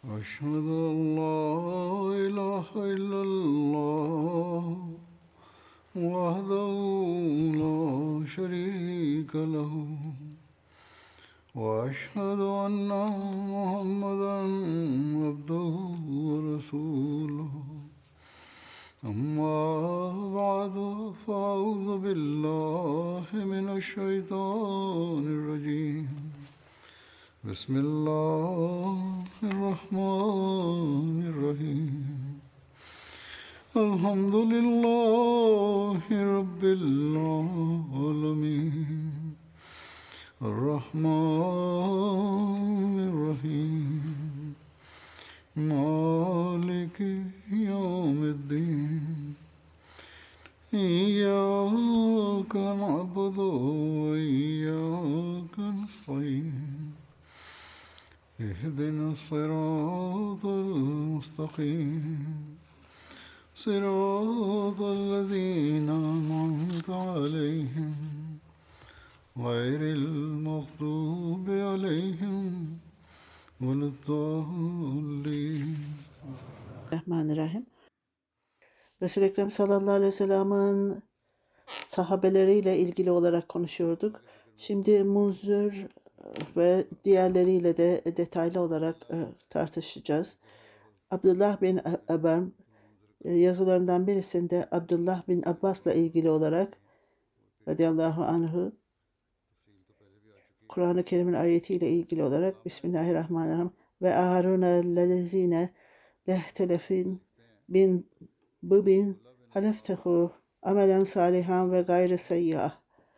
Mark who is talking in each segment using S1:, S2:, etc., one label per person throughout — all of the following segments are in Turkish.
S1: أشهد أن لا إله إلا الله وحده لا شريك له وأشهد أن محمدا عبده ورسوله أما بعد فأعوذ بالله من الشيطان الرجيم بسم الله الرحمن الرحيم الحمد لله رب العالمين الرحمن الرحيم مالك يوم الدين إياك نعبد وإياك نستعين اهدنا الصراط المستقيم صراط الذين أنعمت عليهم غير المغضوب عليهم ولا الضالين.
S2: Bismillahirrahmanirrahim. Resul-i Ekrem sallallahu aleyhi ve sellem'in sahabeleriyle ilgili olarak konuşuyorduk. Şimdi Munzir ve diğerleriyle de detaylı olarak tartışacağız. Abdullah bin Abar yazılarından birisinde Abdullah bin Abbas'la ilgili olarak radıyallahu anhu Kur'an-ı Kerim'in ayetiyle ilgili olarak Bismillahirrahmanirrahim ve aharunellezine lehtelefin bin haleftehu amelen salihan ve gayre seyyah.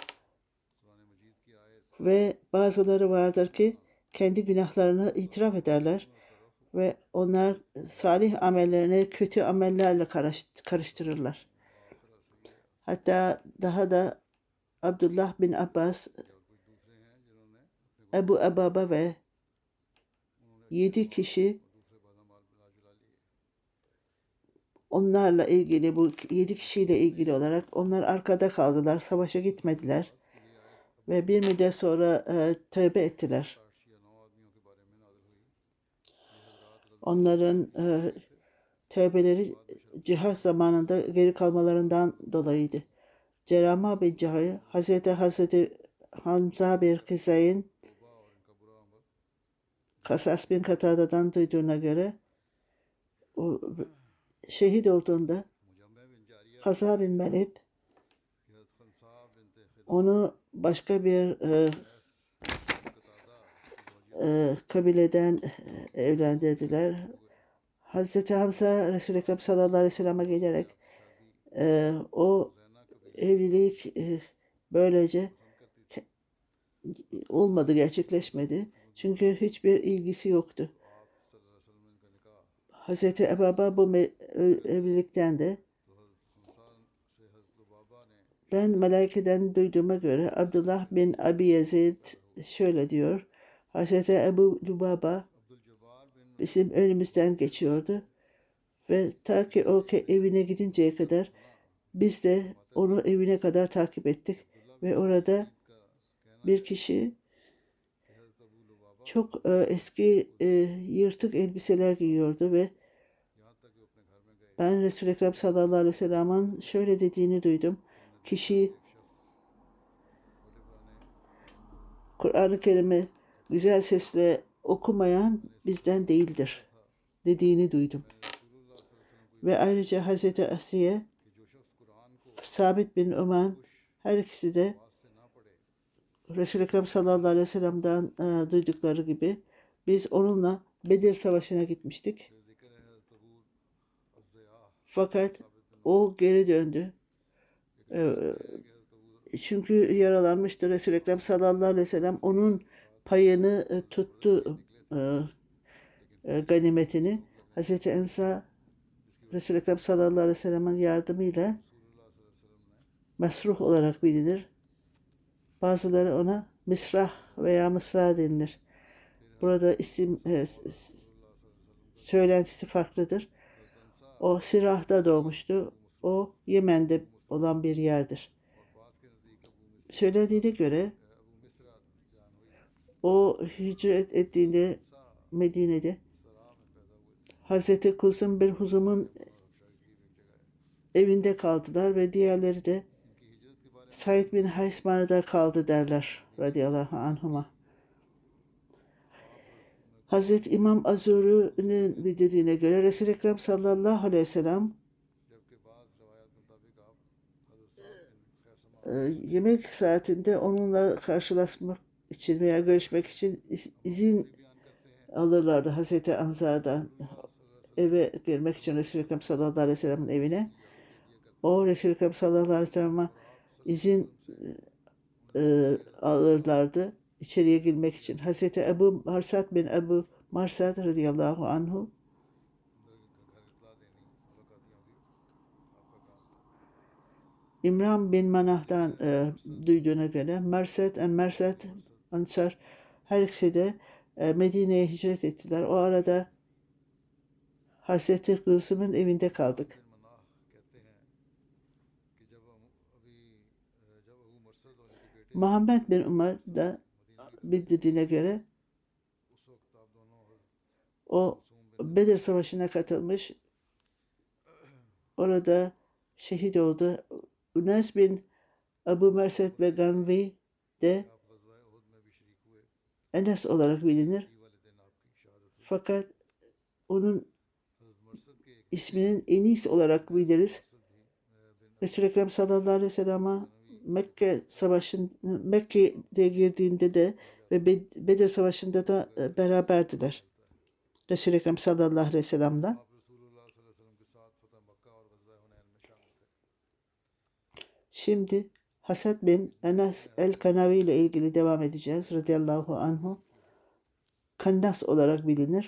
S2: Ve bazıları vardır ki kendi günahlarını itiraf ederler ve onlar salih amellerini kötü amellerle karıştırırlar. Hatta daha da Abdullah bin Abbas, Ebu Ebaba ve 7 kişi onlarla ilgili, bu 7 kişiyle ilgili olarak onlar arkada kaldılar, savaşa gitmediler ve bir müddet sonra tövbe ettiler. Onların tövbeleri cihat zamanında geri kalmalarından dolayıydı. Cerama bin Cahil, Hazreti Hamza bin Kızayn, Kasas bin Katada'dan duyduğuna göre o şehit olduğunda Hazza bin Melib onu başka bir kabileden evlendirdiler. Hazreti Hamza Resul-i Ekrem sallallahu aleyhi ve sellem'e gelerek o evlilik böylece olmadı, gerçekleşmedi. Çünkü hiçbir ilgisi yoktu. Hazreti Ebaba bu evlilikten de ben melaikeden duyduğuma göre Abdullah bin Abi Yazid şöyle diyor. Hazreti Ebu Lubaba bizim önümüzden geçiyordu ve ta ki o evine gidinceye kadar biz de onu evine kadar takip ettik ve orada bir kişi çok eski yırtık elbiseler giyiyordu ve ben Resul-i Ekrem sallallahu aleyhi ve sellem'in şöyle dediğini duydum. Kişi Kur'an-ı Kerim'i güzel sesle okumayan bizden değildir dediğini duydum. Ve ayrıca Hazreti Asiye, Sabit bin Ömer her ikisi de Resul-i Ekrem sallallahu aleyhi ve sellem'den duydukları gibi biz onunla Bedir Savaşı'na gitmiştik. Fakat o geri döndü. Çünkü yaralanmıştı. Resul-i Ekrem sallallahu aleyhi ve sellem onun payını tuttu, ganimetini. Hazreti Ensa Resul-i Ekrem sallallahu aleyhi ve sellem'in yardımıyla Mesruh olarak bilinir. Bazıları ona Misrah veya Mısra denilir. Burada isim söylentisi farklıdır. O Sirah'ta doğmuştu. O Yemen'de olan bir yerdir. Söylediğine göre o hicret ettiğinde Medine'de Hazreti Kulsum bin Huzum'un evinde kaldılar ve diğerleri de Said bin Haysman'da kaldı derler radıyallahu anhuma. Hazreti İmam Azuri'nin bildirdiğine göre Resul-i Ekrem sallallahu aleyhi ve sellem yemek saatinde onunla karşılaşmak için veya görüşmek için izin alırlardı Hazreti Anza'dan eve girmek için Resul-i Ekrem sallallahu aleyhi ve sellem'in evine. O Resul-i Ekrem sallallahu aleyhi ve sellem'e izin alırlardı içeriye girmek için. Hazreti Ebu Marsad bin Ebu Marsad radıyallahu anhu İmran bin Manah'dan duyduğuna göre Mersed Ansar her ikisi de Medine'ye hicret ettiler. O arada Hazreti Gülsüm'ün evinde kaldık. Muhammed bin Umar da bildirdiğine göre o Bedir Savaşı'na katılmış. Orada şehit oldu. Ünes bin Ebu Mersed ve Ganvi de Enes olarak bilinir. Fakat onun isminin Enis olarak biliriz. Resul-i Ekrem sallallahu aleyhi ve sellem'e Mekke'de girdiğinde de ve Bedir Savaşı'nda da beraberdiler. Resul-i Ekrem sallallahu aleyhi ve sellem'le. Şimdi Hasad bin Enes el-Kanavi ile ilgili devam edeceğiz. Radıyallahu anhu. Kannas olarak bilinir.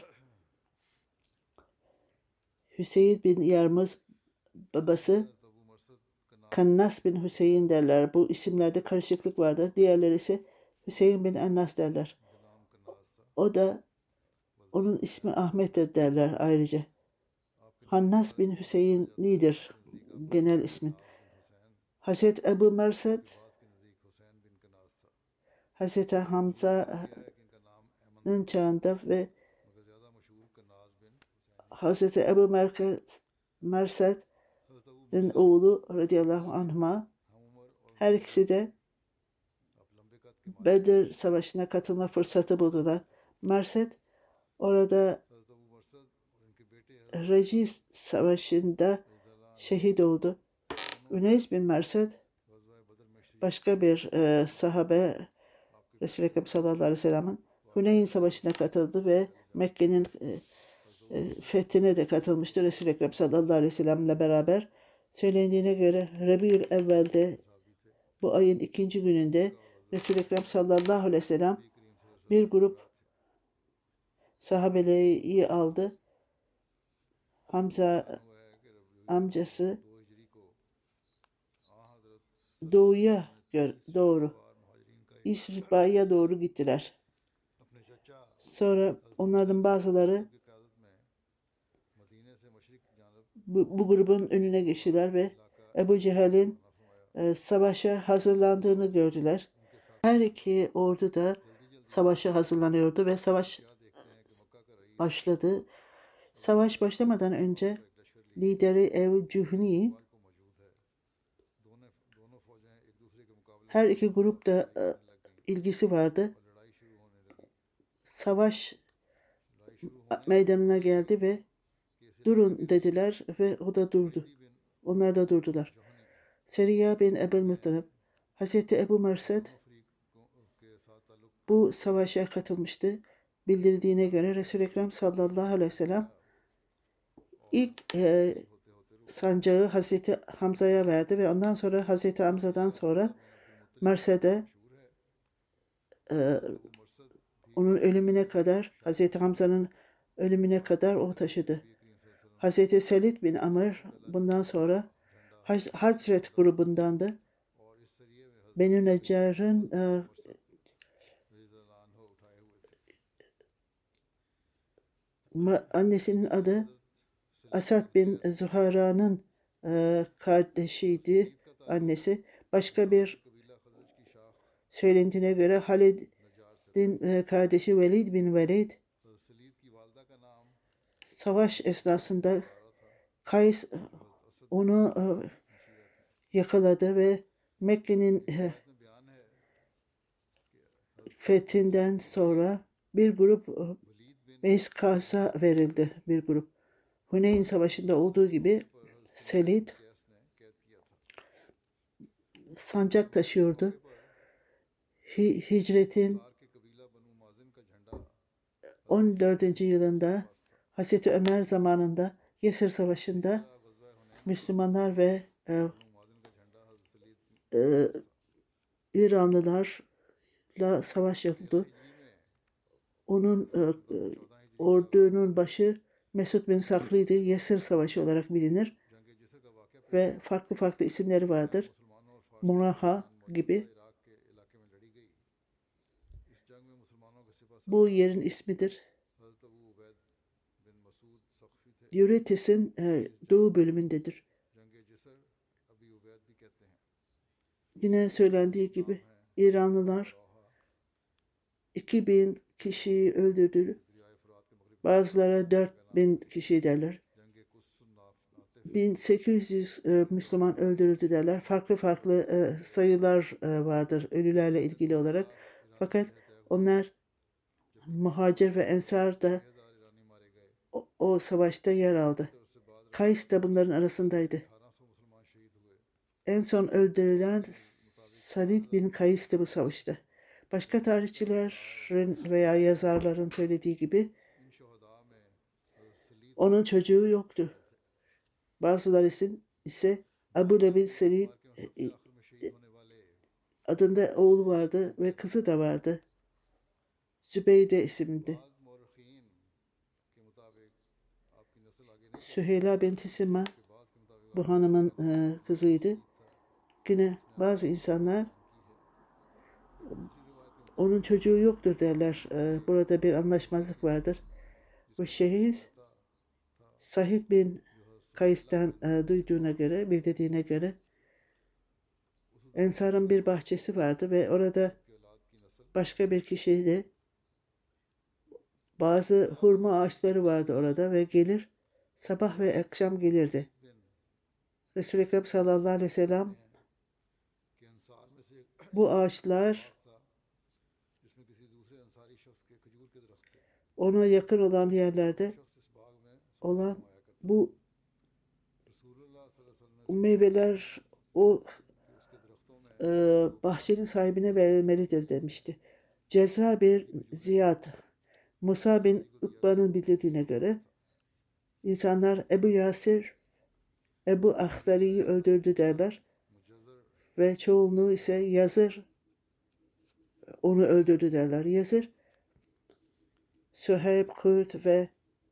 S2: Hüseyin bin Yarmuz babası Kannas bin Hüseyin derler. Bu isimlerde karışıklık vardır. Diğerleri ise Hüseyin bin Ennas derler. O da onun ismi Ahmet'tir derler ayrıca. Kannas bin Hüseyin'idir genel ismin. Hazreti Ebu Mersed Hazreti Hamza'nın çağında ve Hazreti Ebu Mersed'in oğlu radıyallahu anhuma her ikisi de Bedir Savaşı'na katılma fırsatı buldular. Mersed orada Reci Savaşı'nda şehit oldu. Üneys bin Mersed başka bir sahabe Resul-i Ekrem sallallahu aleyhi ve sellem'in Huneyn Savaşı'na katıldı ve Mekke'nin fethine de katılmıştı Resul-i Ekrem sallallahu aleyhi ve sellem'le beraber. Söylendiğine göre Rabiül Evvel'de bu ayın 2. gününde Resul-i Ekrem sallallahu aleyhi ve sellem bir grup sahabeleri aldı. Hamza amcası doğuya doğru İsriba'ya doğru gittiler. Sonra onlardan bazıları bu grubun önüne geçtiler ve Ebu Cehil'in savaşa hazırlandığını gördüler. Her iki ordu da savaşa hazırlanıyordu ve savaş başladı. Savaş başlamadan önce lideri Ebu Cühni her iki grupta ilgisi vardı. Savaş meydanına geldi ve durun dediler ve o da durdu. Onlar da durdular. Seriya bin Ebel Muttalib, Hazreti Ebu Mersed bu savaşa katılmıştı. Bildirdiğine göre Resul-i Ekrem sallallahu aleyhi ve sellem ilk sancağı Hazreti Hamza'ya verdi ve ondan sonra Hazreti Hamza'dan sonra Mersed'e onun ölümüne kadar, Hazreti Hamza'nın ölümüne kadar o taşıdı. Hazreti Selid bin Amr bundan sonra Hacret grubundandı. Beni Neccar'ın annesinin adı Asad bin Zuhara'nın kardeşiydi annesi. Başka bir söylendiğine göre Halid'in kardeşi Velid bin Velid savaş esnasında Kays onu yakaladı ve Mekke'nin fethinden sonra bir grup Meyskas'a verildi, bir grup. Huneyn Savaşı'nda olduğu gibi Selid sancak taşıyordu. Hicretin 14. yılında Hazreti Ömer zamanında Yesir Savaşı'nda Müslümanlar ve İranlılarla savaş yapıldı. Onun ordunun başı Mesud bin Sakri'di. Yesir Savaşı olarak bilinir. Ve farklı farklı isimleri vardır. Munaha gibi. Bu yerin ismidir. Euphrates'in doğu bölümündedir. Yine söylendiği gibi İranlılar 2000 kişiyi öldürdü. Bazıları 4000 kişi derler. 1800 Müslüman öldürüldü derler. Farklı farklı sayılar vardır ölülerle ilgili olarak. Fakat onlar muhacir ve ensar da o savaşta yer aldı. Kays da bunların arasındaydı. En son öldürülen Salid bin Kays'tı bu savaşta. Başka tarihçilerin veya yazarların söylediği gibi onun çocuğu yoktu. Bazıları ise Abu Lebil Selid adında oğlu vardı ve kızı da vardı. Zübeyde isimli. Süheyla binti Sima bu hanımın kızıydı. Yine bazı insanlar onun çocuğu yoktur derler. Burada bir anlaşmazlık vardır. Bu şehit Sahid bin Kays'tan duyduğuna göre, bildirdiğine göre Ensar'ın bir bahçesi vardı ve orada başka bir kişiyle bazı hurma ağaçları vardı orada ve gelir sabah ve akşam gelirdi. Resul-i Ekrem sallallahu aleyhi ve sellem bu ağaçlar ona yakın olan yerlerde olan bu meyveler o bahçenin sahibine verilmelidir demişti. Cezra bir Ziyad, Musa bin Ukba'nın bildirdiğine göre insanlar Ebu Yasir, Ebu Ahtari'yi öldürdü derler ve çoğunluğu ise Yazır onu öldürdü derler. Yazır, Süheyb, Kurt ve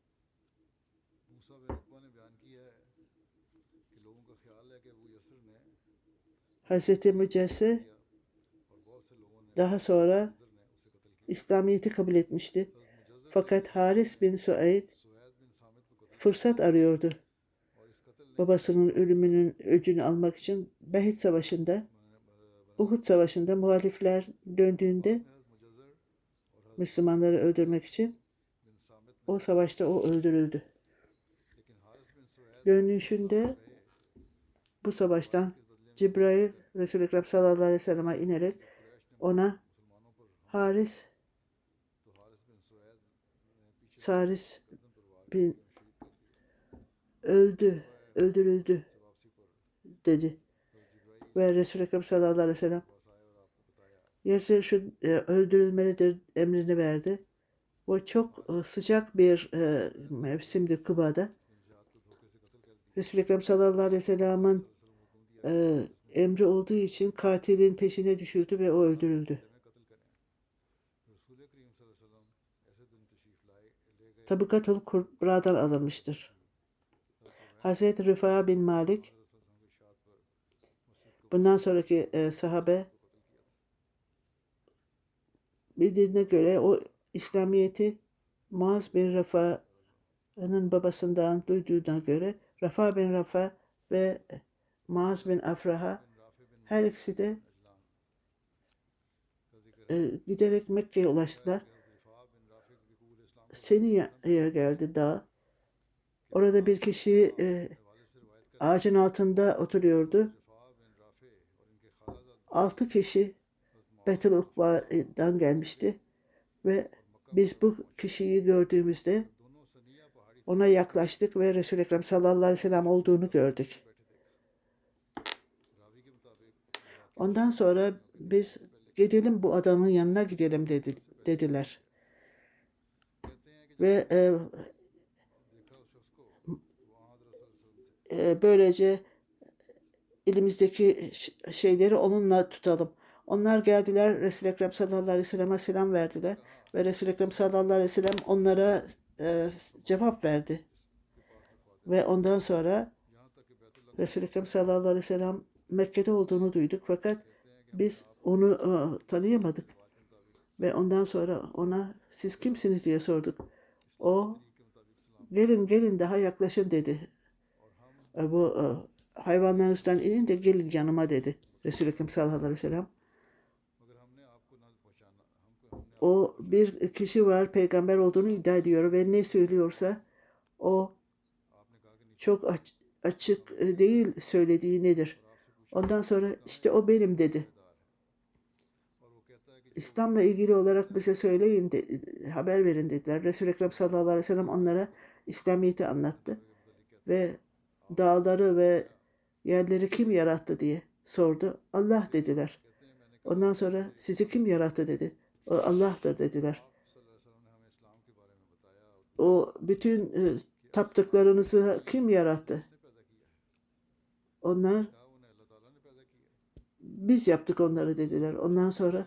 S2: Hazreti Mücessir daha sonra İslamiyet'i kabul etmişti. Fakat Haris bin Suayd fırsat arıyordu. Babasının ölümünün öcünü almak için Behd Savaşı'nda, Uhud Savaşı'nda muhalifler döndüğünde Müslümanları öldürmek için o savaşta o öldürüldü. Dönüşünde bu savaştan Cibrail Resul-i Ekrem sallallahu aleyhi ve sellem'e inerek ona Haris bin öldürüldü dedi. Ve Resul-i Ekrem sallallahu aleyhi ve sellem Yasir şu öldürülmelidir emrini verdi. O çok sıcak bir mevsimdi Kuba'da. Resul-i Ekrem sallallahu aleyhi ve sellem'in emri olduğu için katilin peşine düşüldü ve o öldürüldü. Tabakatul Kubra'dan alınmıştır. Hazreti Rıfa bin Malik bundan sonraki sahabe bildiğine göre o İslamiyet'i Muaz bin Rafa'nın babasından duyduğuna göre Rafa bin Rafa ve Muaz bin Afraha her ikisi de giderek Mekke'ye ulaştılar. Seniye'ye geldi dağ. Orada bir kişi ağacın altında oturuyordu. 6 kişi Betül Ukba'dan gelmişti ve biz bu kişiyi gördüğümüzde ona yaklaştık ve Resul-i Ekrem sallallahu aleyhi ve sellem olduğunu gördük. Ondan sonra biz gidelim bu adamın yanına gidelim dediler. Ve böylece elimizdeki şeyleri onunla tutalım. Onlar geldiler, Resul-i Ekrem sallallahu aleyhi ve sellem'e selam verdiler. Ve Resul-i Ekrem sallallahu aleyhi ve sellem onlara cevap verdi. Ve ondan sonra Resul-i Ekrem sallallahu aleyhi ve sellem Mekke'de olduğunu duyduk fakat biz onu tanıyamadık. Ve ondan sonra ona siz kimsiniz diye sorduk. O gelin daha yaklaşın dedi. Bu hayvanların üstünden inin de gelin yanıma dedi. Resul-i Ekrem sallallahu aleyhi ve sellem. O bir kişi var peygamber olduğunu iddia ediyor ve ne söylüyorsa o çok açık değil söylediği nedir. Ondan sonra işte o benim dedi. İslam'la ilgili olarak bize söyleyin, haber verin dediler. Resul-i Ekrem sallallahu aleyhi ve sellem onlara İslamiyet'i anlattı. Ve dağları ve yerleri kim yarattı diye sordu. Allah dediler. Ondan sonra sizi kim yarattı dedi. O Allah'tır dediler. O bütün taptıklarınızı kim yarattı? Onlar biz yaptık onları dediler. Ondan sonra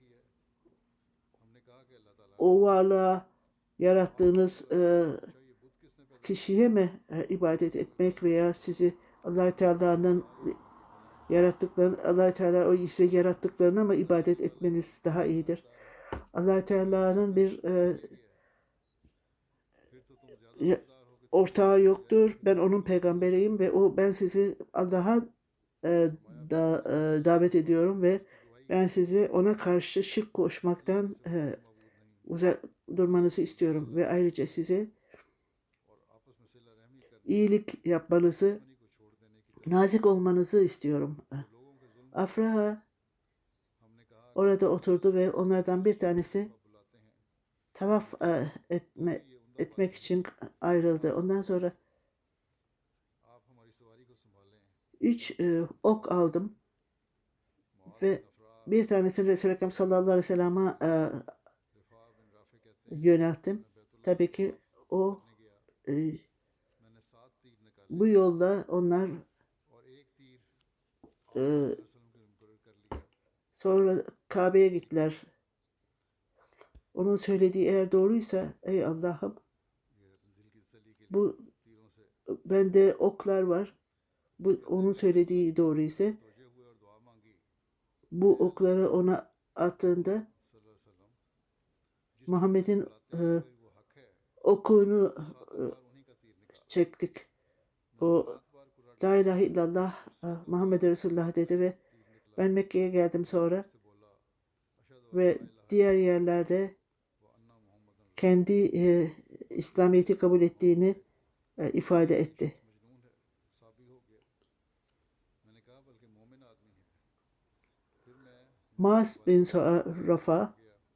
S2: o varlığa yarattığınız kişiye mi ibadet etmek veya sizi Allah-u Teala'nın yarattıklarını, Allah-u Teala o size yarattıklarına mı ibadet etmeniz daha iyidir? Allah-u Teala'nın bir ortağı yoktur. Ben onun peygamberiyim ve ben sizi Allah'a davet ediyorum ve ben sizi ona karşı şirk koşmaktan uzak durmanızı istiyorum ve ayrıca size iyilik yapmanızı, nazik olmanızı istiyorum. Afraha orada oturdu ve onlardan bir tanesi tavaf etmek için ayrıldı. Ondan sonra 3 ok aldım ve bir tanesini Resul-i Ekrem sallallahu aleyhi ve sellem'e yönelttim. Tabii ki o bu yolda onlar sonra Kabe'ye gittiler. Onun söylediği eğer doğruysa ey Allah'ım bu bende oklar var. Bu onun söylediği doğru ise bu okları ona attığında Muhammed'in okunu çektik. O La ilahe illallah Muhammed Resulullah dedi ve ben Mekke'ye geldim sonra ve diğer yerlerde kendi İslamiyet'i kabul ettiğini ifade etti. Mas bin Rafa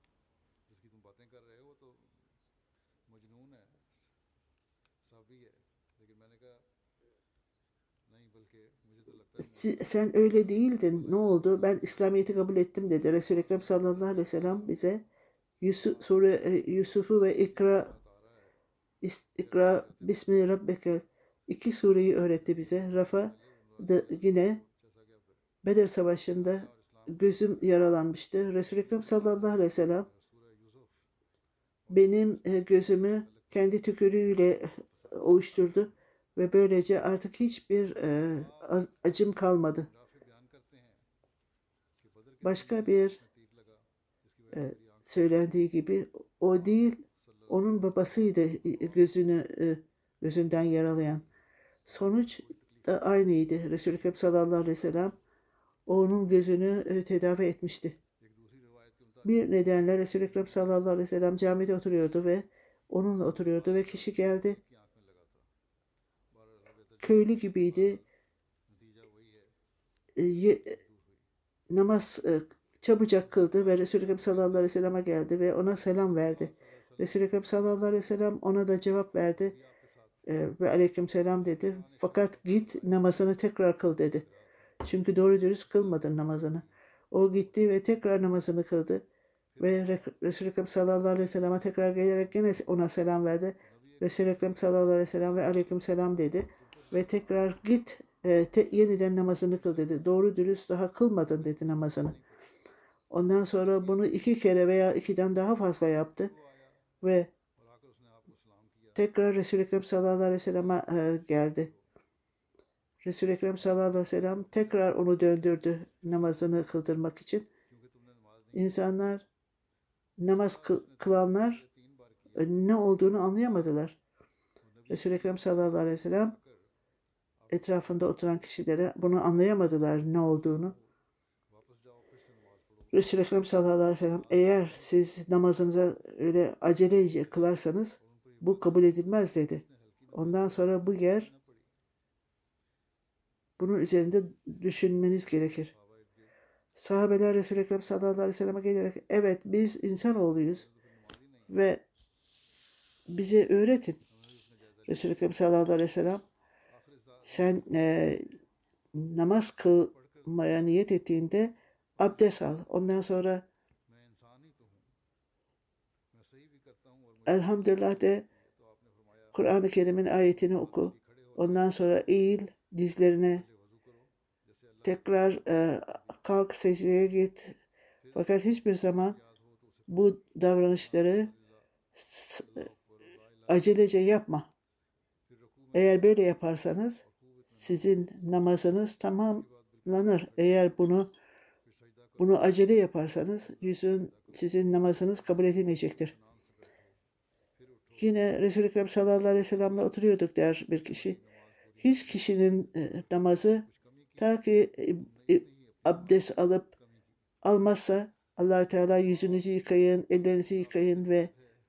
S2: sen öyle değildin. Ne oldu? Ben İslamiyet'i kabul ettim dedi. Resul-i Ekrem sallallahu aleyhi ve sellem bize Yusuf'u ve İkra Bismi Rabbeke 2 sureyi öğretti bize. Rafa da yine Bedir Savaşı'nda gözüm yaralanmıştı. Resul-i Ekrem sallallahu aleyhi ve sellem benim gözümü kendi tükürüğüyle ovuşturdu ve böylece artık hiçbir acım kalmadı. Başka bir söylendiği gibi o değil, onun babasıydı gözünden yaralayan. Sonuç da aynıydı. Resul-i Ekrem sallallahu aleyhi ve sellem onun gözünü tedavi etmişti. Bir nedenle Resul-i Ekrem sallallahu aleyhi ve sellem camide oturuyordu ve onunla oturuyordu ve kişi geldi köylü gibiydi. Namaz çabucak kıldı ve Resul-i Ekrem sallallahu aleyhi ve sellem'e geldi ve ona selam verdi. Resul-i Ekrem sallallahu aleyhi ve sellem ona da cevap verdi ve aleyküm selam dedi. Fakat git namazını tekrar kıl dedi. Çünkü doğru dürüst kılmadın namazını. O gitti ve tekrar namazını kıldı. Ve Resul-i Ekrem sallallahu aleyhi ve sellem'e tekrar gelerek yine ona selam verdi. Resul-i Ekrem sallallahu aleyhi ve sellem ve aleyküm selam dedi. Ve tekrar git yeniden namazını kıl dedi. Doğru dürüst daha kılmadın dedi namazını. Ondan sonra bunu 2 kere veya 2'den daha fazla yaptı. Ve tekrar Resul-i Ekrem sallallahu aleyhi ve sellem'e geldi. Resul-i Ekrem sallallahu aleyhi ve sellem tekrar onu döndürdü namazını kıldırmak için. İnsanlar, namaz kılanlar ne olduğunu anlayamadılar. Resul-i Ekrem sallallahu aleyhi ve sellem etrafında oturan kişilere bunu anlayamadılar ne olduğunu. Resul-i Ekrem sallallahu aleyhi ve sellem eğer siz namazınıza öyle acelece kılarsanız bu kabul edilmez dedi. Ondan sonra bu yer bunun üzerinde düşünmeniz gerekir. Sahabeler Resul-i Ekrem sallallahu aleyhi ve sellem'e gelerek evet biz insanoğluyuz ve bize öğretin. Resul-i Ekrem sallallahu aleyhi ve sellem sen namaz kılmaya niyet ettiğinde abdest al. Ondan sonra elhamdülillah de Kur'an-ı Kerim'in ayetini oku. Ondan sonra eğil dizlerine tekrar kalk secdeye git. Fakat hiçbir zaman bu davranışları acelece yapma. Eğer böyle yaparsanız sizin namazınız tamamlanır. Eğer bunu acele yaparsanız sizin namazınız kabul edilmeyecektir. Yine Resul-i Ekrem sallallahu aleyhi ve sellem'le oturuyorduk der bir kişi. Hiç kişinin namazı ta ki abdest almazsa Allah-u Teala yüzünüzü yıkayın, ellerinizi yıkayın ve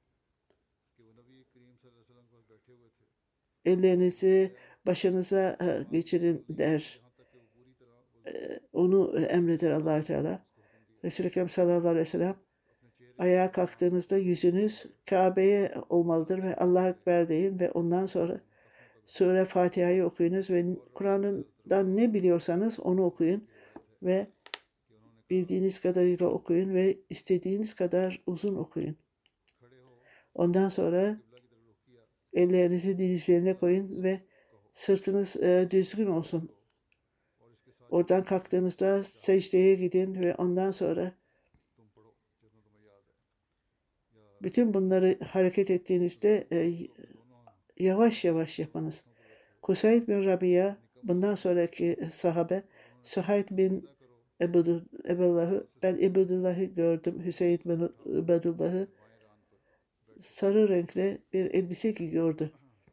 S2: ellerinizi başınıza geçirin der. Onu emreder Allah-u Teala. Resul-i Ekrem sallallahu aleyhi ve sellem ayağa kalktığınızda yüzünüz Kabe'ye olmalıdır ve Allahu Ekber deyin ve ondan sonra Sure Fatiha'yı okuyunuz ve Kur'an'dan ne biliyorsanız onu okuyun ve bildiğiniz kadarıyla okuyun ve istediğiniz kadar uzun okuyun. Ondan sonra ellerinizi dizlerine koyun ve sırtınız düzgün olsun. Oradan kalktığınızda secdeye gidin ve ondan sonra bütün bunları hareket ettiğinizde yavaş yavaş yapınız. Kusayd bin Rabia, bundan sonraki sahabe, Suhayd bin Ebullah'ı, ben Ebullah'ı gördüm, Hüseyin bin Ebullah'ı sarı renkli bir elbise giyiyordu.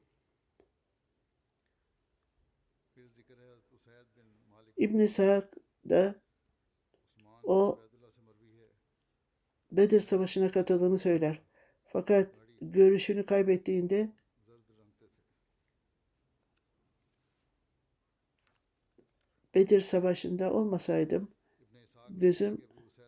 S2: İbn-i Sa'd da o Bedir Savaşı'na katıldığını söyler. Fakat görüşünü kaybettiğinde Bedir Savaşı'nda olmasaydım gözüm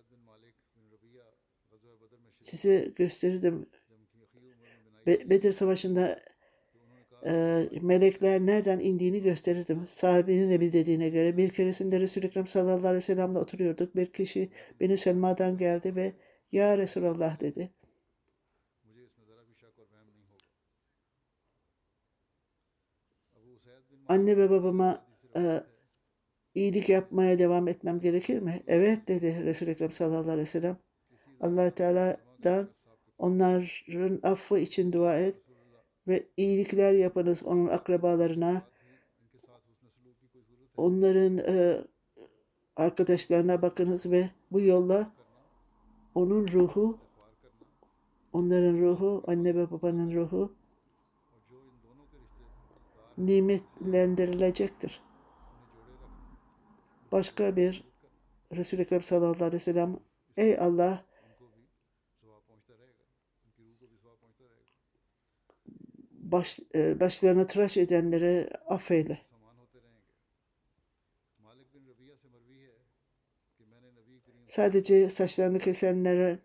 S2: size gösterirdim. Bedir Savaşı'nda melekler nereden indiğini gösterirdim. Sahabenin de bildirdiğine göre bir keresinde Resul-i Ekrem sallallahu aleyhi ve sellem'le oturuyorduk. Bir kişi Beni Selma'dan geldi ve Ya Resulallah dedi. Anne ve babama iyilik yapmaya devam etmem gerekir mi? Evet dedi Resul-i Ekrem sallallahu aleyhi ve sellem. Allah-u Teala'dan onların affı için dua et ve iyilikler yapınız onun akrabalarına, onların arkadaşlarına bakınız ve bu yolla onun ruhu, onların ruhu, anne ve babanın ruhu nimetlendirilecektir. Başka bir Resul-i Ekrem sallallahu aleyhi ve sellem, ey Allah, başlarına tıraş edenlere affeyle. Sadece saçlarını kesenlere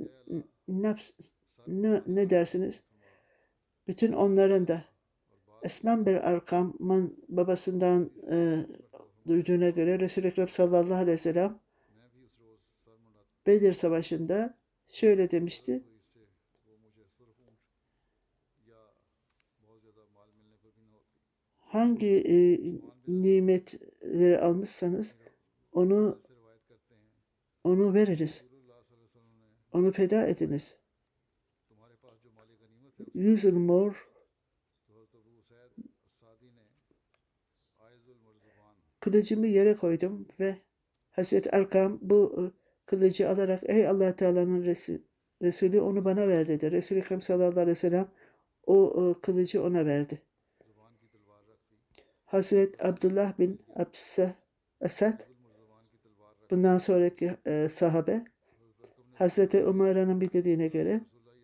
S2: ne dersiniz? Bütün onların da Esmen bir Arkam'ın babasından duyduğuna göre Resul-i Ekrem sallallahu aleyhi ve sellem Bedir Savaşı'nda şöyle demişti. Hangi nimetleri almışsanız onu veriniz. Onu feda ediniz. 100 yıl mor kılıcımı yere koydum ve Hazreti Erkam bu kılıcı alarak ey Allah Teala'nın Resulü onu bana ver dedi. Resul-i Ekrem sallallahu aleyhi ve sellem o kılıcı ona verdi. Hazreti Abdullah bin Esad bundan sonraki sahabe Hazreti Umara'nın bildirdiğine göre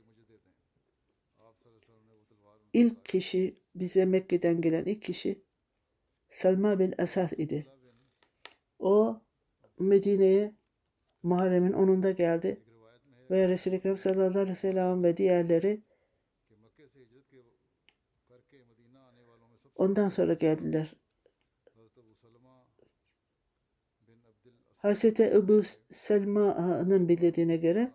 S2: ilk kişi bize Mekke'den gelen ilk kişi Selma bin Esad idi. O Medine'ye Muharrem'in 10'unda geldi ve Resul-i Ekrem sallallahu aleyhi ve sellem ve diğerleri ondan sonra geldiler. Hazreti Ebu Selma'nın bildirdiğine göre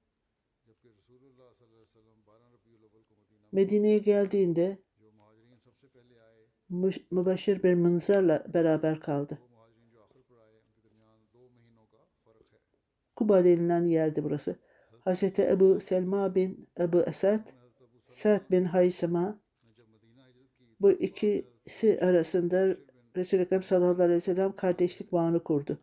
S2: Medine'ye geldiğinde mübaşir bir manzarla beraber kaldı. Kuba denilen yerdi burası. Hazreti Ebu Selma bin Ebu Esad, Sa'd bin Haysama bu ikisi arasında Resul-i Ekrem sallallahu aleyhi ve sellem kardeşlik bağını kurdu.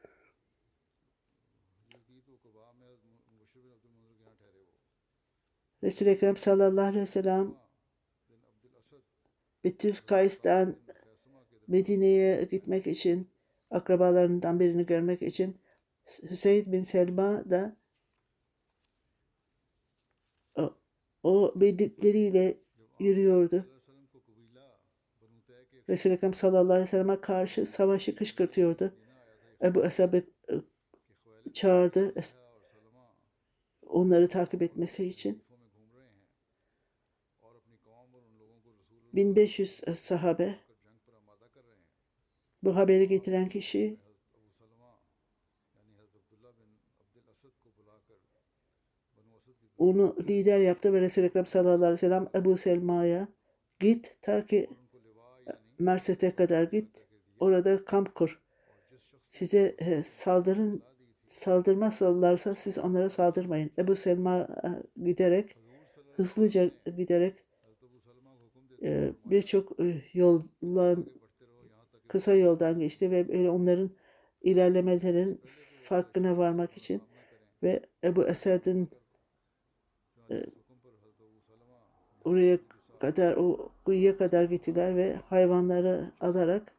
S2: Resul-i Ekrem sallallahu aleyhi ve sellem Betül Kays'tan Medine'ye gitmek için, akrabalarından birini görmek için Hüseyin bin Selma da o birlikleriyle yürüyordu. Resul-i Ekrem sallallahu aleyhi ve sellem'e karşı savaşı kışkırtıyordu. Ebu Esab'ı çağırdı onları takip etmesi için. 1500 sahabe bu haberi getiren kişi onu lider yaptı ve Resul-i Ekrem sallallahu aleyhi ve sellem Ebu Selma'ya git ta ki Merset'e kadar git. Orada kamp kur. Size saldırmazlarsa siz onlara saldırmayın. Ebu Selma giderek hızlıca giderek birçok kısa yoldan geçti ve onların ilerlemelerinin farkına varmak için ve Ebu Esad'ın oraya kadar o kuyuya kadar gittiler ve hayvanları alarak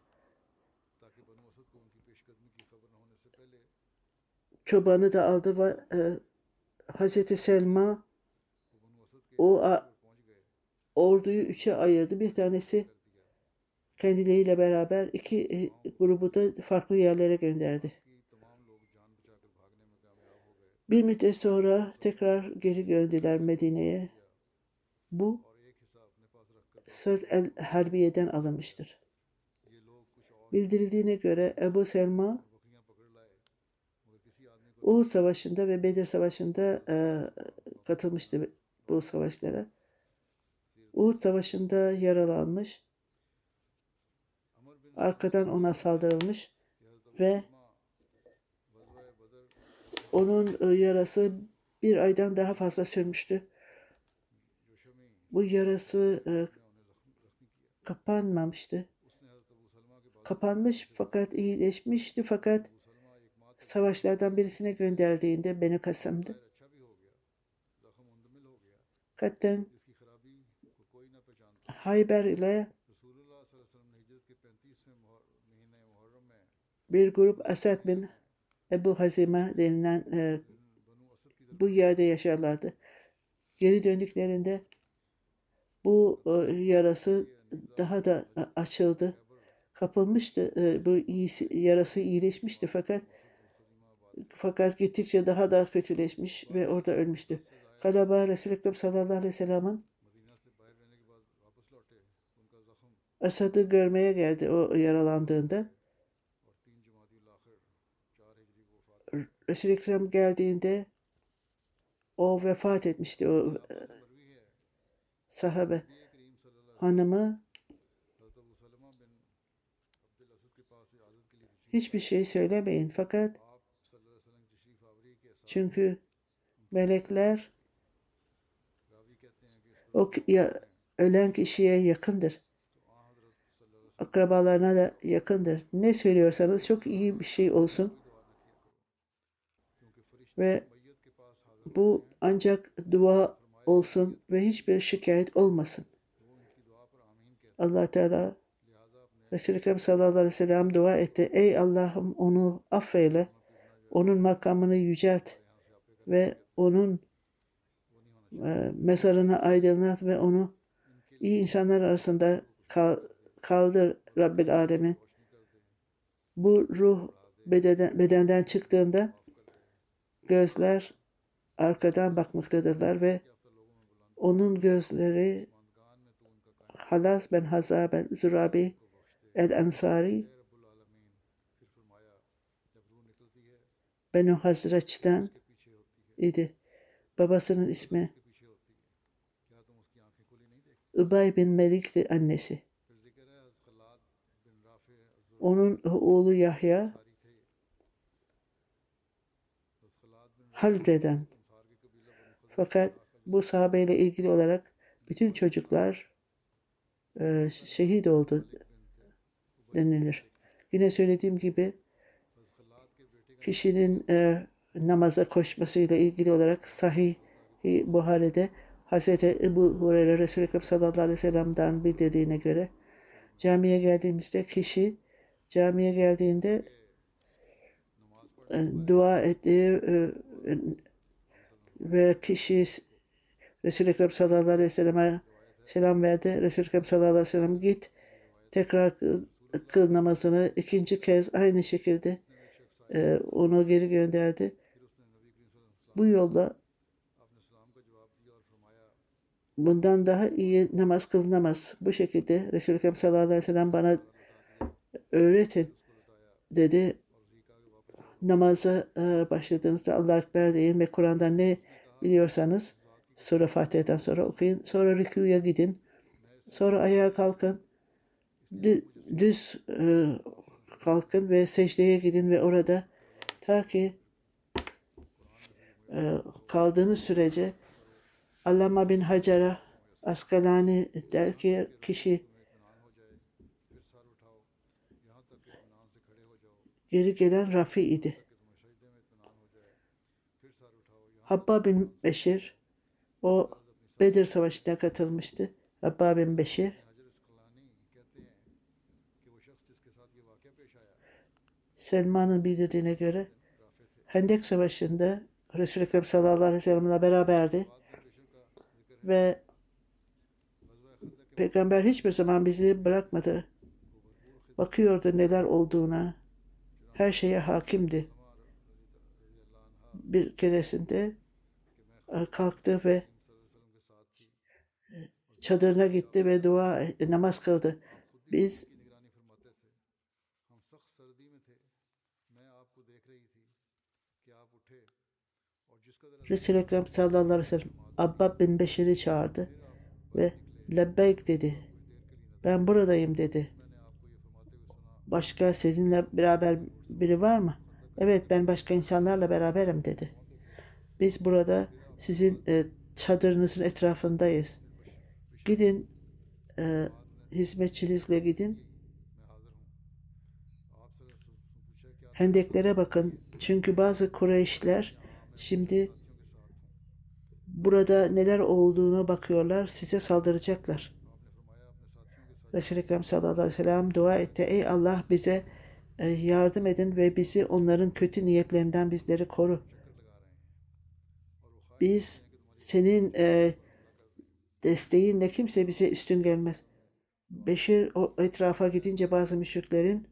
S2: çobanı da aldı ve Hazreti Selma o orduyu 3'e ayırdı. Bir tanesi kendileriyle beraber iki grubu da farklı yerlere gönderdi. Bir müddet sonra tekrar geri gönderdiler Medine'ye. Bu Sırt el-Harbiye'den alınmıştır. Bildirildiğine göre Ebu Selma Uhud Savaşı'nda ve Bedir Savaşı'nda katılmıştı bu savaşlara. Uhud Savaşı'nda yaralanmış, arkadan ona saldırılmış ve onun yarası bir aydan daha fazla sürmüştü. Bu yarası kapanmamıştı. Kapanmış fakat iyileşmişti fakat savaşlardan birisine gönderdiğinde Beni Kasem'di. Katten Hayber ile bir grup Esad bin Ebu Hazime denilen bu yerde yaşarlardı. Geri döndüklerinde Bu yarası daha da açıldı. Kapılmıştı. Bu yarası iyileşmişti fakat gittikçe daha da kötüleşmiş ve orada ölmüştü. Kalaba Resul-i Ekrem sallallahu aleyhi ve sellem'in Esad'ı görmeye geldi o yaralandığında. Resul-i Ekrem geldiğinde o vefat etmişti, o sahabe hanımı. Hiçbir şey söylemeyin fakat çünkü melekler ölen kişiye yakındır. Akrabalarına da yakındır. Ne söylüyorsanız çok iyi bir şey olsun ve bu ancak dua olsun ve hiçbir şikayet olmasın. Allah Teala Resul-i Ekrem sallallahu aleyhi ve sellem dua etti. Ey Allah'ım onu affeyle, onun makamını yücelt ve onun mezarını aydınlat ve onu iyi insanlar arasında kaldır Rabbil Alemin. Bu ruh bedenden çıktığında gözler arkadan bakmaktadırlar ve onun gözleri Halas ben Hazza ben Zürabi el-Ensari Benu Hazreç'ten idi. Babasının ismi Übay bin Melik'ti, annesi. Onun oğlu Yahya Halde'den. Fakat bu sahabeyle ilgili olarak bütün çocuklar şehit oldu denilir. Yine söylediğim gibi kişinin namaza koşmasıyla ilgili olarak Sahih Buhari'de Hz. Ebu Hureyre Resul-i Ekrem sallallahu aleyhi ve sellem'den bildirdiğine göre camiye geldiğimizde kişi camiye geldiğinde dua ettiği ve kişi Resul-i Ekrem sallallahu aleyhi ve selleme selam verdi. Resul-i Ekrem sallallahu aleyhi ve sellem git tekrar kıl namazını, ikinci kez aynı şekilde onu geri gönderdi. Bu yolda bundan daha iyi namaz kılınamaz. Bu şekilde Resul-i Ekrem sallallahu aleyhi ve sellem bana öğretin dedi. Namaza başladığınızda Allah-u Ekber deyin ve Kur'an'dan ne biliyorsanız Sure Fatiha'dan sonra okuyun. Sonra rükûya gidin. Sonra ayağa kalkın. Düz kalkın ve secdeye gidin ve orada ta ki kaldığınız sürece Allama bin Hacer'a Askalani der ki kişi geri gelen Rafi idi. Habba bin Beşir o Bedir Savaşı'na katılmıştı. Habba bin Beşir Selman'ın bildirdiğine göre Hendek Savaşı'nda Resul-i Ekrem sallallahu aleyhi ve sellem'le beraberdi ve Peygamber hiçbir zaman bizi bırakmadı. Bakıyordu neler olduğuna. Her şeye hakimdi. Bir keresinde kalktı ve çadırına gitti ve namaz kıldı. Biz Resul-i Ekrem sallallahu aleyhi ve sellem Abbab bin Beşir'i çağırdı ve lebbeyk dedi. Ben buradayım dedi. Başka sizinle beraber biri var mı? Evet ben başka insanlarla beraberim dedi. Biz burada sizin çadırınızın etrafındayız. Gidin hizmetçinizle gidin. Hendeklere bakın. Çünkü bazı Kureyşler şimdi burada neler olduğuna bakıyorlar. Size saldıracaklar. Resul-i Ekrem sallallahu aleyhi ve sellem dua etti. Ey Allah bize yardım edin ve bizi onların kötü niyetlerinden bizleri koru. Biz senin desteğinle kimse bize üstün gelmez. Beşir o etrafa gidince bazı müşriklerin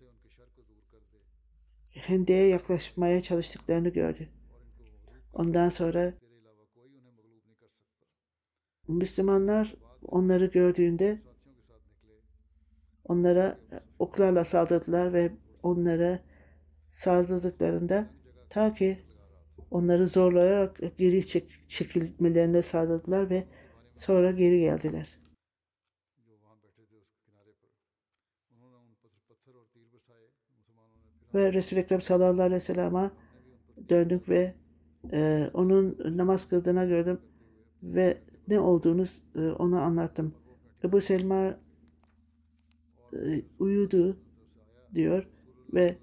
S2: Hende'ye yaklaşmaya çalıştıklarını gördü. Ondan sonra Müslümanlar onları gördüğünde onlara oklarla saldırdılar ve onlara saldırdıklarında ta ki onları zorlayarak geri çekilmelerine sağladılar ve sonra geri geldiler. Ve Resul-i Ekrem sallallahu aleyhi ve sellem'e döndük ve onun namaz kıldığına gördüm ve ne olduğunu ona anlattım. Ebu Selma uyudu diyor ve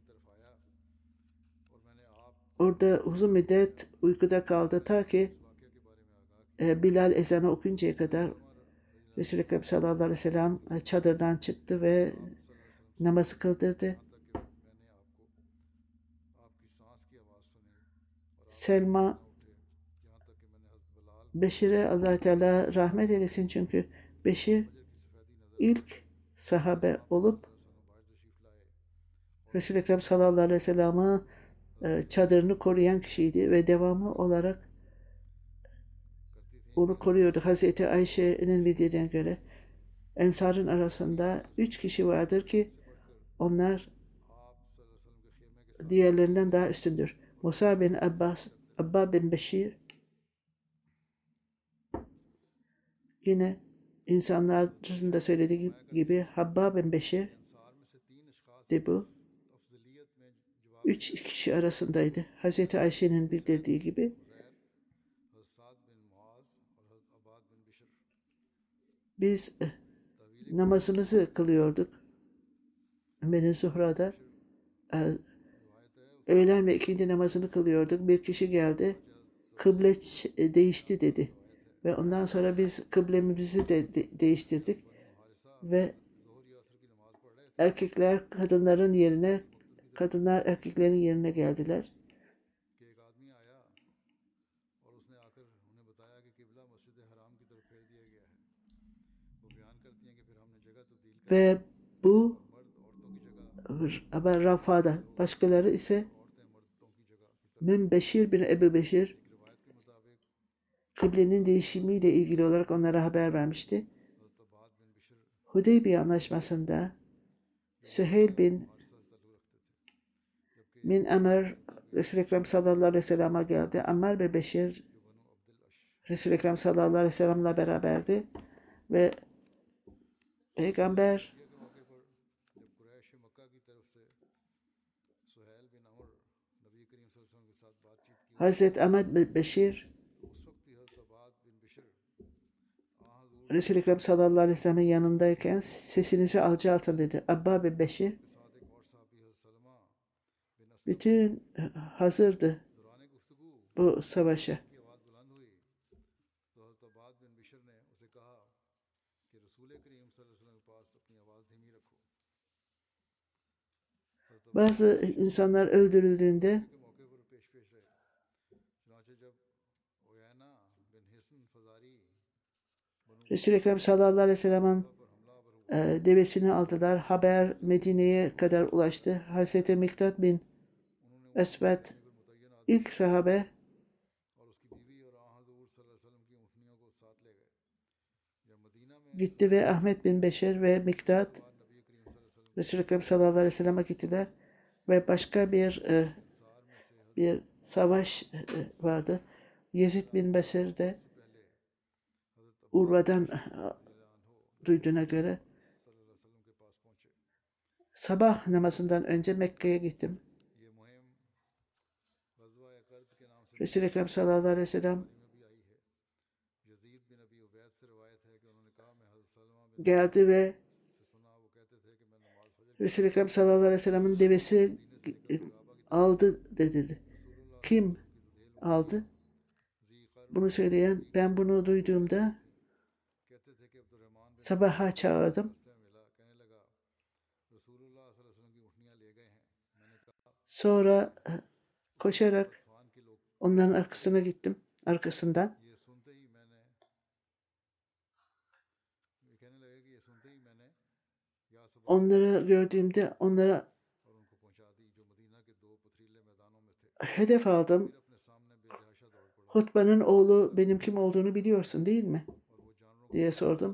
S2: orada uzun müddet uykuda kaldı ta ki Bilal ezanı okuncaya kadar. Resul-i Ekrem sallallahu aleyhi ve sellem çadırdan çıktı ve namazı kıldırdı. Selma Beşir'e Allah Teala rahmet eylesin çünkü Beşir ilk sahabe olup Resul-i Ekrem sallallahu aleyhi ve sellem'in çadırını koruyan kişiydi ve devamlı olarak onu koruyordu. Hazreti Ayşe'nin bildirdiğine göre Ensar'ın arasında 3 kişi vardır ki onlar diğerlerinden daha üstündür. Musa bin Abbas, Abba bin Beşir, yine insanların da söylediği gibi Habba bin Beşir de bu. 3 kişi arasındaydı. Hazreti Ayşe'nin bildirdiği gibi. Biz namazımızı kılıyorduk. Beni Zuhra'da öğlen ve ikindi namazını kılıyorduk. Bir kişi geldi. Kıble değişti dedi. Ve ondan sonra biz kıblemizi de değiştirdik. Ve erkekler kadınların yerine, kadınlar erkeklerin yerine geldiler. Ve bu ama Rafa'da. Başkaları ise Min Beşir bin Ebu Beşir kıblenin değişimiyle ilgili olarak onlara haber vermişti. Hudeybiye anlaşmasında Süheyl bin Min Amr Resul-i Ekrem sallallahu aleyhi ve sellem'e geldi. Ammar bin Beşir Resul-i Ekrem sallallahu aleyhi ve sellem'le beraberdi ve Peygamber Hazreti Ahmet bin Beşir Resul-i Ekrem sallallahu aleyhi ve sellem'in yanındayken sesinizi alçaltın dedi. Abba bin Beşir bütün hazırdı bu savaşa. Bazı insanlar öldürüldüğünde Resul-i Ekrem sallallahu aleyhi ve sellem'in devesini aldılar. Haber Medine'ye kadar ulaştı. Hazreti Miktat bin Esved ilk sahabe gitti ve Ahmet bin Beşir ve Miktat Resul-i Ekrem sallallahu aleyhi ve sellem'e gittiler ve başka bir savaş vardı. Yezid bin Besir de Urva'dan duyduğuna göre sabah namazından önce Mekke'ye gittim. Resul-i Ekrem sallallahu aleyhi ve sellem geldi ve Resul-i Ekrem sallallahu aleyhi ve sellem'in devesi aldı dedi. Kim aldı? Bunu söyleyen, ben bunu duyduğumda sabaha çağırdım. Sonra koşarak onların arkasına gittim, arkasından. onları gördüğümde onlara hedef aldım. Hutba'nın oğlu benim kim olduğunu biliyorsun değil mi? Diye sordum.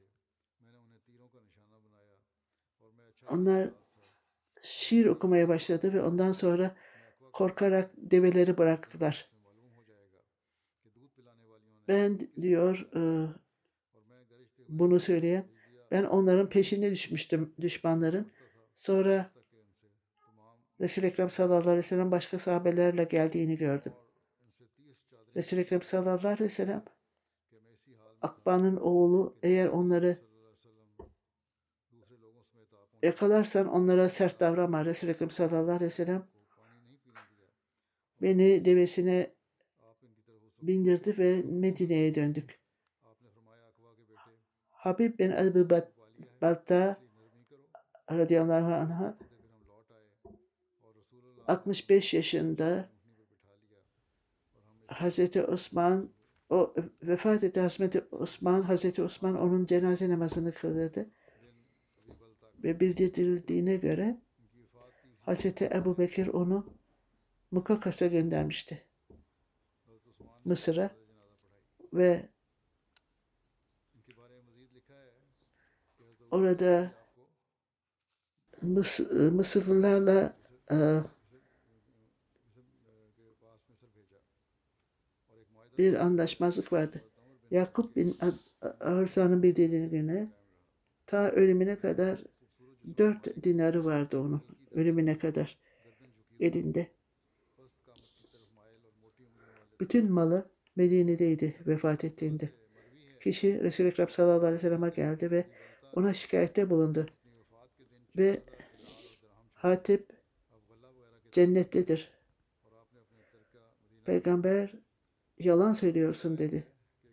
S2: Onlar şiir okumaya başladı ve ondan sonra korkarak develeri bıraktılar. Ben diyor bunu söyleyen, ben onların peşine düşmüştüm, düşmanların. Sonra Resul-i Ekrem sallallahu aleyhi ve sellem başka sahabelerle geldiğini gördüm. Resul-i Ekrem sallallahu aleyhi ve sellem, Akba'nın oğlu, eğer onları yakalarsan onlara sert davranma. Resul-i Ekrem sallallahu aleyhi ve sellem beni devesine bindirdi ve Medine'ye döndük. Habib bin Ebu Balta radıyallahu anh'a 65 yaşında Hazreti Osman, o vefat etti. Hazreti Osman onun cenaze namazını kıldırdı. Ve bildirildiğine göre Hazreti Ebu Bekir onu Mukakkas'a göndermişti. Mısır'a ve orada Mısırlılarla bir anlaşmazlık vardı. Yakup bin Arslan'ın bildirdiğine göre ta ölümüne kadar 4 dinarı vardı onun. Ölümüne kadar elinde. Bütün malı Medine'deydi vefat ettiğinde. Kişi Resul-i Ekrem sallallahu aleyhi ve sellem'e geldi ve ona şikayette bulundu. Ve Hatip cennettedir. Peygamber yalan söylüyorsun dedi.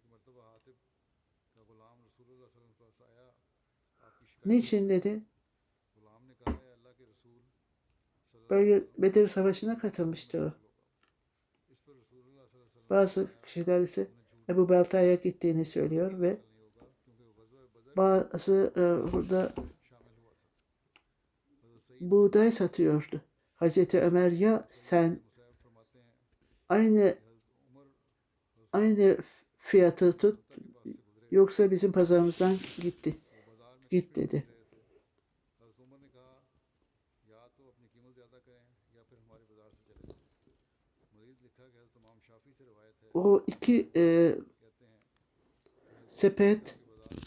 S2: Niçin dedi? Bedir Savaşı'na katılmıştı o. Bazı kişiler ise Ebu Belta'ya gittiğini söylüyor ve bazı burada buğday satıyordu. Hazreti Ömer, ya sen aynı fiyatı tut yoksa bizim pazarımızdan git dedi. O iki sepet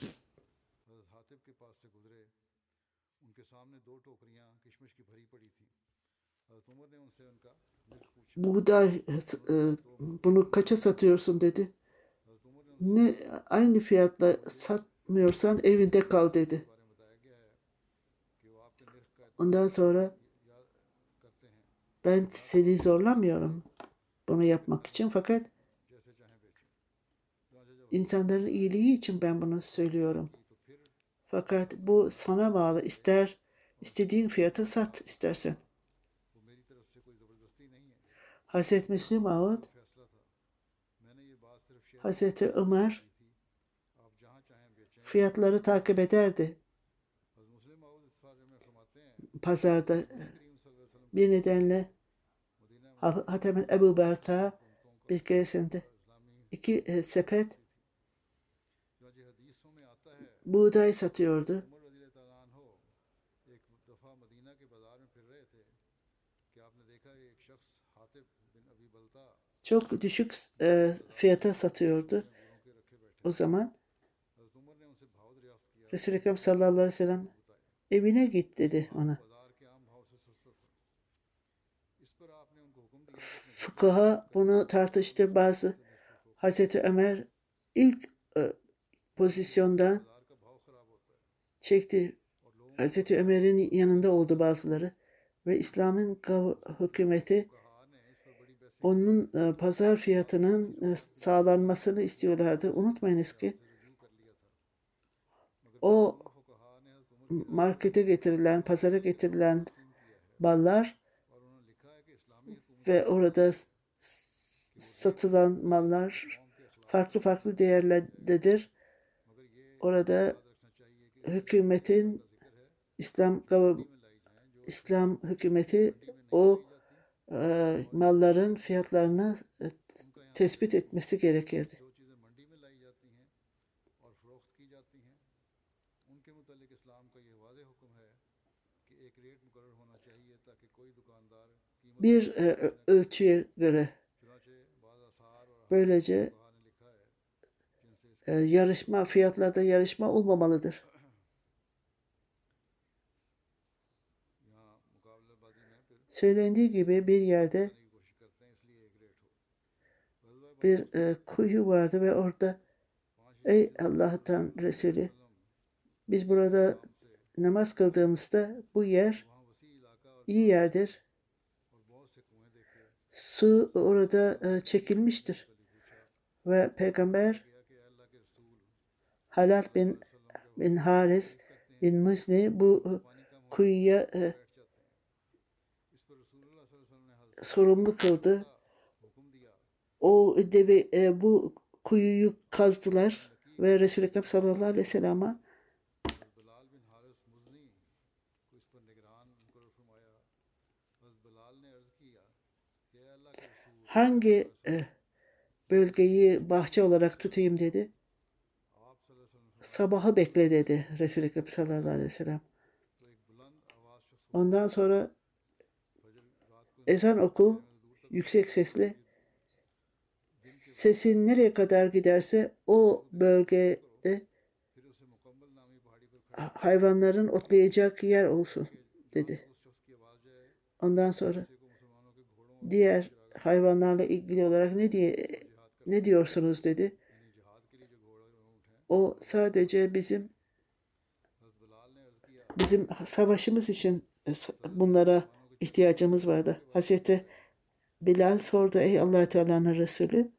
S2: buğday bunu kaça satıyorsun dedi. Ne aynı fiyatla satmıyorsan evinde kal dedi. Ondan sonra ben seni zorlamıyorum bunu yapmak için, fakat insanların iyiliği için ben bunu söylüyorum. Fakat bu sana bağlı. İstediğin fiyata sat istersen. Hazreti Müslim Ağud, Hazreti Ömer fiyatları takip ederdi. Pazarda bir nedenle Hatem Ebu Belta bir keresinde 2 sepet buğday satıyordu. Çok düşük fiyata satıyordu o zaman. Resul-i Ekrem sallallahu aleyhi ve sellem evine git dedi ona. Fukaha bunu tartıştı. Bazı Hazreti Ömer ilk pozisyondan çekti. Hazreti Ömer'in yanında oldu bazıları ve İslam'ın hükümeti onun pazar fiyatının sağlanmasını istiyorlardı. Unutmayınız ki o markete getirilen, pazara getirilen mallar ve orada satılan mallar farklı değerlerdedir. Orada hükümetin İslam hükümeti o malların fiyatlarını tespit etmesi gerekirdi. Bir ölçüye göre böylece fiyatlarda yarışma olmamalıdır. Söylendiği gibi bir yerde bir kuyu vardı ve orada ey Allah'tan Resulü, biz burada namaz kıldığımızda bu yer iyi yerdir. Su orada çekilmiştir. Ve Peygamber Halal bin Haris bin Muzni bu kuyuya sorumlu kıldı. O bu kuyuyu kazdılar ve Resul-i Ekrem sallallahu aleyhi ve sellem'e hangi bölgeyi bahçe olarak tutayım dedi. Sabahı bekle dedi Resul-i Ekrem sallallahu aleyhi ve sellem. Ondan sonra ezan oku yüksek sesle. Sesin nereye kadar giderse o bölgede hayvanların otlayacak yer olsun dedi. Ondan sonra diğer hayvanlarla ilgili olarak ne diyorsunuz dedi. O sadece bizim savaşımız için bunlara ihtiyacımız vardı. Hazreti Bilal sordu, ey Allah Teala'nın Resulü,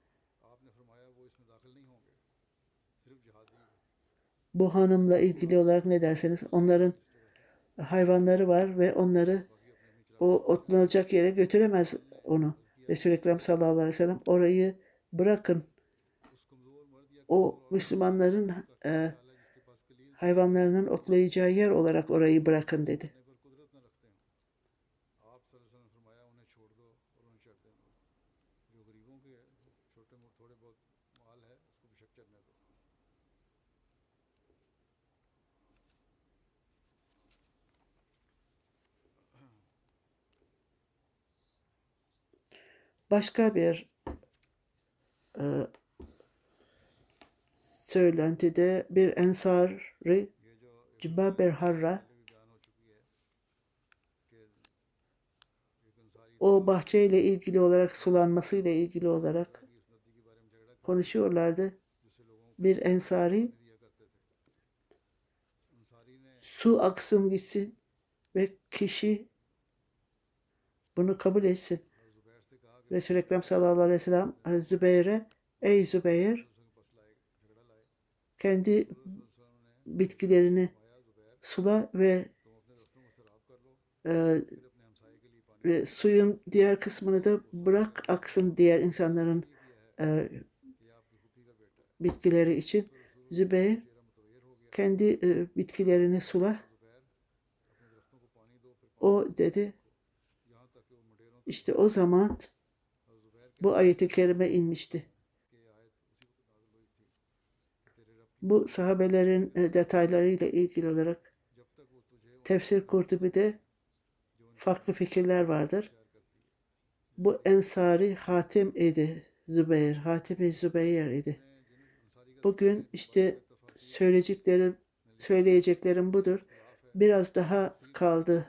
S2: bu hanımla ilgili olarak ne derseniz, onların hayvanları var ve onları o otlanacak yere götüremez onu. Resul-i Ekrem sallallahu aleyhi ve sellem orayı bırakın. O Müslümanların hayvanlarının otlayacağı yer olarak orayı bırakın dedi. Başka bir söylentide bir Ensari Cibabir Harra o bahçeyle ilgili olarak, sulanmasıyla ilgili olarak konuşuyorlardı. Bir Ensari su aksın gitsin ve kişi bunu kabul etsin. Resul-i Ekrem sallallahu aleyhi ve sellem Zübeyir'e, ey Zübeyir, kendi bitkilerini sula ve suyun diğer kısmını da bırak aksın diğer insanların bitkileri için. Zübeyir kendi bitkilerini sula. O dedi, işte o zaman bu ayet-i kerime inmişti. Bu sahabelerin detaylarıyla ilgili olarak Tefsir Kurtubi'de farklı fikirler vardır. Bu Ensari Hatim idi. Hatim-i Zübeyir idi. Bugün işte söyleyeceklerim budur. Biraz daha kaldı.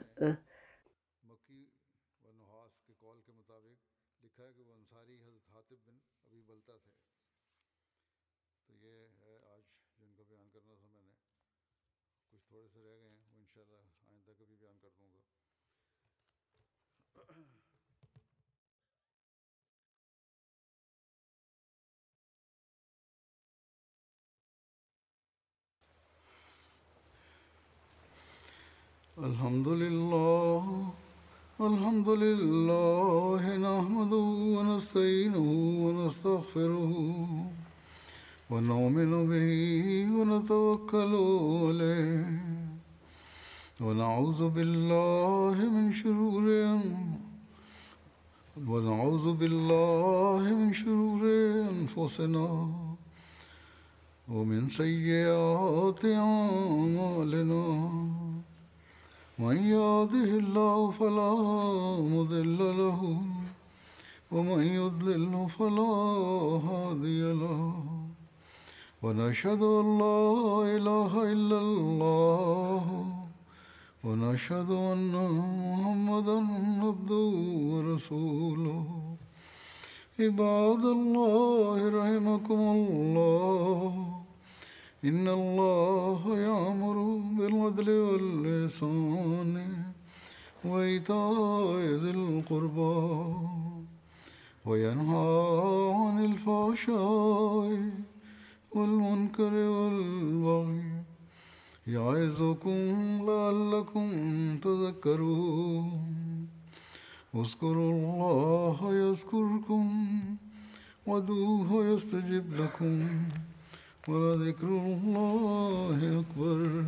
S1: الحمد لله نحمده ونستعينه ونستغفره ونؤمن به ونتوكل عليه ونعوذ بالله من شرور ونعوذ بالله من شرور أنفسنا ومن سيئات أعمالنا من يهده الله فلا مضل له ومن يضلل فلا هادي له ونشهد أن لا إله إلا الله ونشهد أن محمدا عبده ورسوله عباد الله رحمكم الله إن الله يأمر بالعدل والإحسان وإيتاء ذي القربى وينهى عن الفحشاء والمنكر والبغي يعظكم لعلكم تذكرون اذكروا الله يذكركم وادعوه يستجب لكم ولذكر الله أكبر